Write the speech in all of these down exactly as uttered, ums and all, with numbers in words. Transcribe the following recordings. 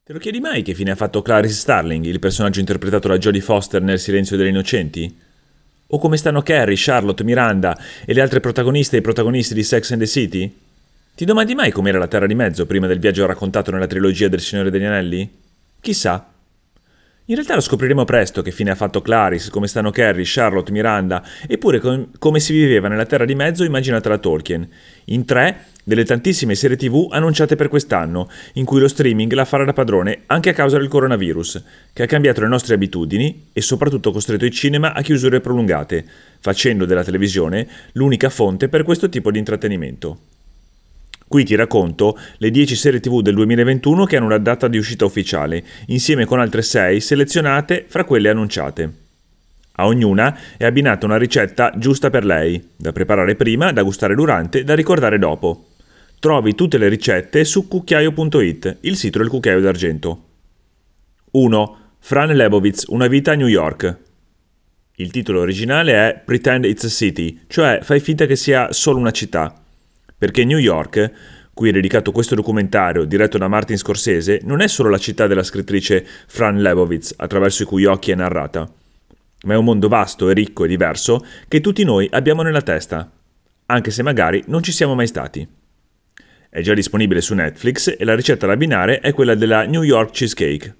Te lo chiedi mai che fine ha fatto Clarice Starling, il personaggio interpretato da Jodie Foster nel Silenzio degli Innocenti? O come stanno Carrie, Charlotte, Miranda e le altre protagoniste e i protagonisti di Sex and the City? Ti domandi mai com'era la Terra di Mezzo prima del viaggio raccontato nella trilogia del Signore degli Anelli? Chissà. In realtà lo scopriremo presto che fine ha fatto Clarice, come stanno Carrie, Charlotte, Miranda, eppure com- come si viveva nella Terra di Mezzo immaginata da Tolkien, in tre delle tantissime serie tv annunciate per quest'anno, in cui lo streaming la farà da padrone anche a causa del coronavirus, che ha cambiato le nostre abitudini e soprattutto costretto i cinema a chiusure prolungate, facendo della televisione l'unica fonte per questo tipo di intrattenimento. Qui ti racconto le dieci serie tv del duemilaventuno che hanno una data di uscita ufficiale, insieme con altre sei selezionate fra quelle annunciate. A ognuna è abbinata una ricetta giusta per lei, da preparare prima, da gustare durante, da ricordare dopo. Trovi tutte le ricette su cucchiaio punto it, il sito del cucchiaio d'argento. uno. Fran Lebowitz, Una vita a New York. Il titolo originale è Pretend It's a City, cioè fai finta che sia solo una città. Perché New York, cui è dedicato questo documentario diretto da Martin Scorsese, non è solo la città della scrittrice Fran Lebowitz, attraverso i cui occhi è narrata, ma è un mondo vasto e ricco e diverso che tutti noi abbiamo nella testa, anche se magari non ci siamo mai stati. È già disponibile su Netflix e la ricetta da abbinare è quella della New York Cheesecake.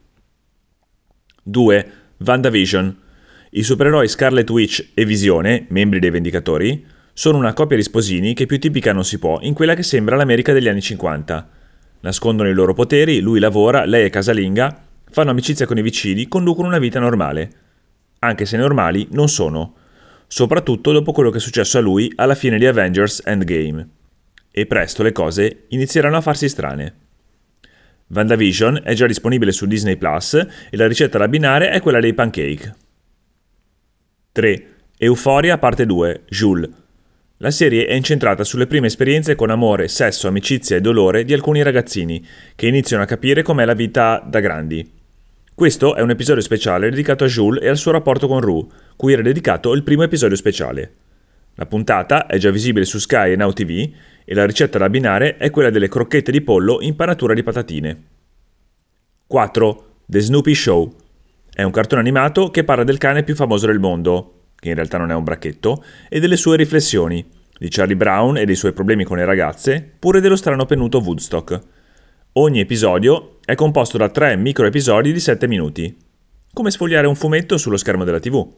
due. WandaVision. I supereroi Scarlet Witch e Visione, membri dei Vendicatori, sono una coppia di sposini che più tipica non si può in quella che sembra l'America degli anni cinquanta. Nascondono i loro poteri, lui lavora, lei è casalinga, fanno amicizia con i vicini, conducono una vita normale. Anche se normali non sono. Soprattutto dopo quello che è successo a lui alla fine di Avengers Endgame. E presto le cose inizieranno a farsi strane. WandaVision è già disponibile su Disney Plus e la ricetta da abbinare è quella dei pancake. tre. Euphoria parte due, Jules. La serie è incentrata sulle prime esperienze con amore, sesso, amicizia e dolore di alcuni ragazzini che iniziano a capire com'è la vita da grandi. Questo è un episodio speciale dedicato a Jules e al suo rapporto con Rue, cui era dedicato il primo episodio speciale. La puntata è già visibile su Sky e Now T V e la ricetta da abbinare è quella delle crocchette di pollo in panatura di patatine. quattro. The Snoopy Show. È un cartone animato che parla del cane più famoso del mondo, che in realtà non è un bracchetto, e delle sue riflessioni, di Charlie Brown e dei suoi problemi con le ragazze, pure dello strano pennuto Woodstock. Ogni episodio è composto da tre micro episodi di sette minuti. Come sfogliare un fumetto sullo schermo della tivù.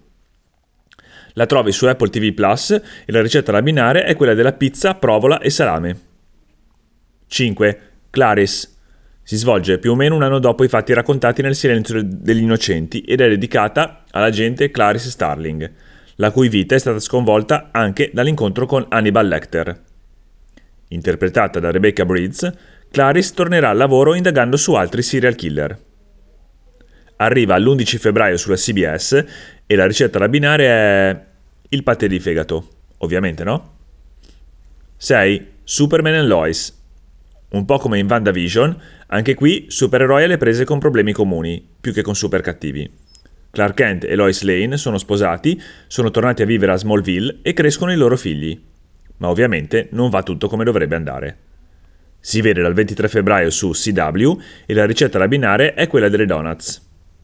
La trovi su Apple T V Plus e la ricetta da abbinare è quella della pizza, provola e salame. cinque. Clarice. Si svolge più o meno un anno dopo i fatti raccontati nel Silenzio degli Innocenti ed è dedicata all'agente Clarice Starling, la cui vita è stata sconvolta anche dall'incontro con Hannibal Lecter. Interpretata da Rebecca Breeds, Clarice tornerà al lavoro indagando su altri serial killer. Arriva l'undici febbraio sulla C B S e la ricetta da abbinare è il patè di fegato, ovviamente, no? sei. Superman and Lois. Un po' come in WandaVision, anche qui supereroi alle prese con problemi comuni, più che con super cattivi. Clark Kent e Lois Lane sono sposati, sono tornati a vivere a Smallville e crescono i loro figli. Ma ovviamente non va tutto come dovrebbe andare. Si vede dal ventitré febbraio su C W e la ricetta da abbinare è quella delle donuts.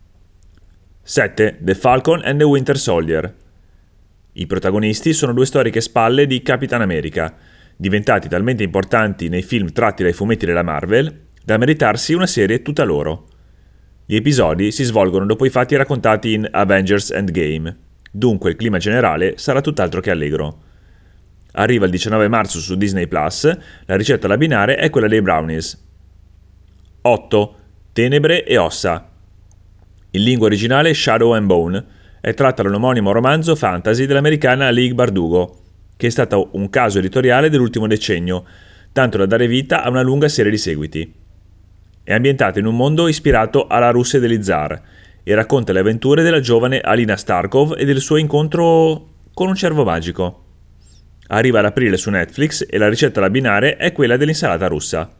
sette. The Falcon and the Winter Soldier. I protagonisti sono due storiche spalle di Capitan America, diventati talmente importanti nei film tratti dai fumetti della Marvel da meritarsi una serie tutta loro. Gli episodi si svolgono dopo i fatti raccontati in Avengers Endgame, dunque il clima generale sarà tutt'altro che allegro. Arriva il diciannove marzo su Disney Plus, la ricetta da abbinare è quella dei brownies. otto. Tenebre e ossa. In lingua originale Shadow and Bone è tratta da un omonimo romanzo fantasy dell'americana Leigh Bardugo, che è stato un caso editoriale dell'ultimo decennio, tanto da dare vita a una lunga serie di seguiti. È ambientato in un mondo ispirato alla Russia degli zar e racconta le avventure della giovane Alina Starkov e del suo incontro con un cervo magico. Arriva ad aprile su Netflix e la ricetta da abbinare è quella dell'insalata russa.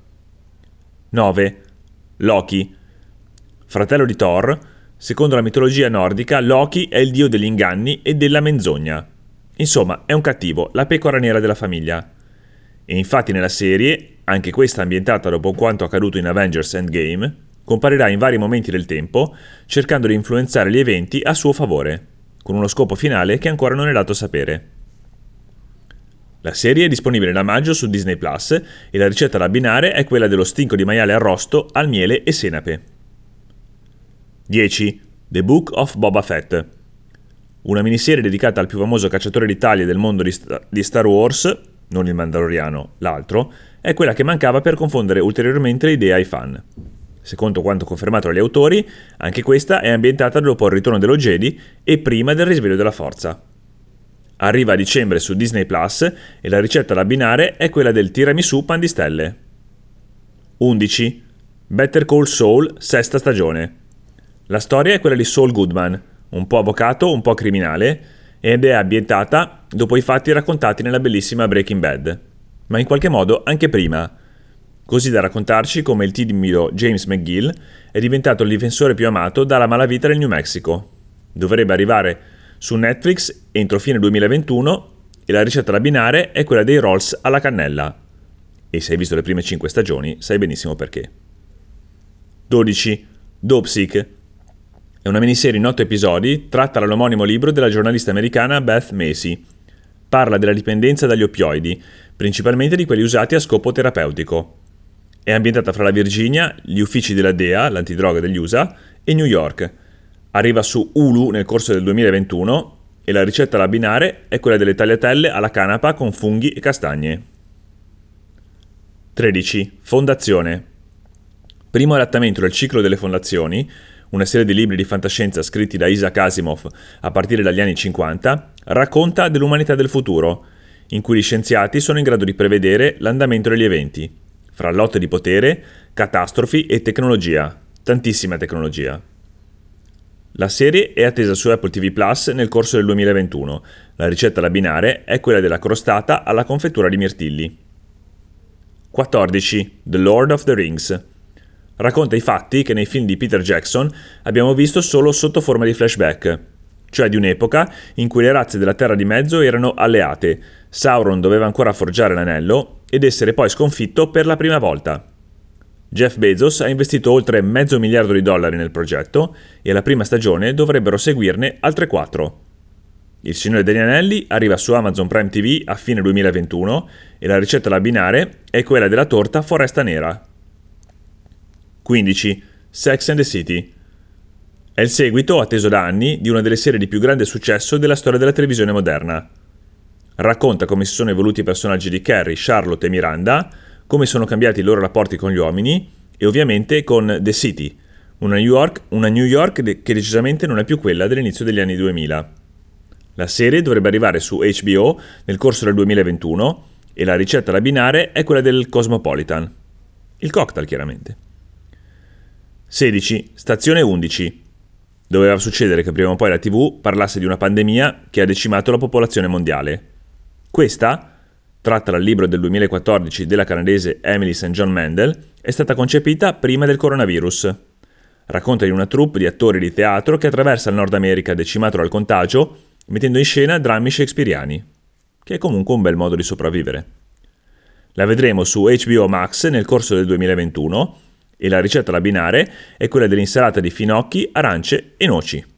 nove. Loki. Fratello di Thor, secondo la mitologia nordica, Loki è il dio degli inganni e della menzogna. Insomma, è un cattivo, la pecora nera della famiglia. E infatti nella serie, anche questa ambientata dopo quanto accaduto in Avengers Endgame, comparirà in vari momenti del tempo, cercando di influenzare gli eventi a suo favore, con uno scopo finale che ancora non è dato sapere. La serie è disponibile da maggio su Disney Plus e la ricetta da abbinare è quella dello stinco di maiale arrosto al miele e senape. dieci. The Book of Boba Fett. Una miniserie dedicata al più famoso cacciatore d'Italia del mondo di, Sta- di Star Wars, non il Mandaloriano, l'altro, è quella che mancava per confondere ulteriormente le idee ai fan. Secondo quanto confermato dagli autori, anche questa è ambientata dopo il ritorno dello Jedi e prima del risveglio della Forza. Arriva a dicembre su Disney Plus e la ricetta da abbinare è quella del tiramisù pan di stelle. undici. Better Call Saul, sesta stagione. La storia è quella di Saul Goodman, un po' avvocato, un po' criminale, ed è ambientata dopo i fatti raccontati nella bellissima Breaking Bad, ma in qualche modo anche prima, così da raccontarci come il timido James McGill è diventato il difensore più amato dalla malavita del New Mexico. Dovrebbe arrivare su Netflix entro fine duemilaventuno e la ricetta da abbinare è quella dei rolls alla cannella. E se hai visto le prime cinque stagioni sai benissimo perché. dodici. Dopesick. È una miniserie in otto episodi tratta dall'omonimo libro della giornalista americana Beth Macy. Parla della dipendenza dagli oppioidi, principalmente di quelli usati a scopo terapeutico. È ambientata fra la Virginia, gli uffici della D E A, l'antidroga degli U S A, e New York. Arriva su Hulu nel corso del duemilaventuno e la ricetta da abbinare è quella delle tagliatelle alla canapa con funghi e castagne. tredici. Fondazione. Primo adattamento del ciclo delle fondazioni, una serie di libri di fantascienza scritti da Isaac Asimov a partire dagli anni cinquanta, racconta dell'umanità del futuro, in cui gli scienziati sono in grado di prevedere l'andamento degli eventi, fra lotte di potere, catastrofi e tecnologia, tantissima tecnologia. La serie è attesa su Apple T V Plus nel corso del duemilaventuno. La ricetta da abbinare è quella della crostata alla confettura di mirtilli. quattordici. The Lord of the Rings. Racconta i fatti che nei film di Peter Jackson abbiamo visto solo sotto forma di flashback, cioè di un'epoca in cui le razze della Terra di Mezzo erano alleate, Sauron doveva ancora forgiare l'anello ed essere poi sconfitto per la prima volta. Jeff Bezos ha investito oltre mezzo miliardo di dollari nel progetto e alla prima stagione dovrebbero seguirne altre quattro. Il Signore degli Anelli arriva su Amazon Prime T V a fine duemilaventuno e la ricetta da abbinare è quella della torta Foresta Nera. quindici. Sex and the City. È il seguito, atteso da anni, di una delle serie di più grande successo della storia della televisione moderna. Racconta come si sono evoluti i personaggi di Carrie, Charlotte e Miranda, come sono cambiati i loro rapporti con gli uomini e ovviamente con The City, una New York, una New York che decisamente non è più quella dell'inizio degli anni duemila. La serie dovrebbe arrivare su H B O nel corso del duemilaventuno e la ricetta da abbinare è quella del Cosmopolitan. Il cocktail, chiaramente. sedici. Stazione undici. Doveva succedere che prima o poi la tivù parlasse di una pandemia che ha decimato la popolazione mondiale. Questa, tratta dal libro del duemilaquattordici della canadese Emily Saint John Mandel, è stata concepita prima del coronavirus. Racconta di una troupe di attori di teatro che attraversa il Nord America decimato dal contagio, mettendo in scena drammi shakespeariani, che è comunque un bel modo di sopravvivere. La vedremo su H B O Max nel corso del duemilaventuno e la ricetta da abbinare è quella dell'insalata di finocchi, arance e noci.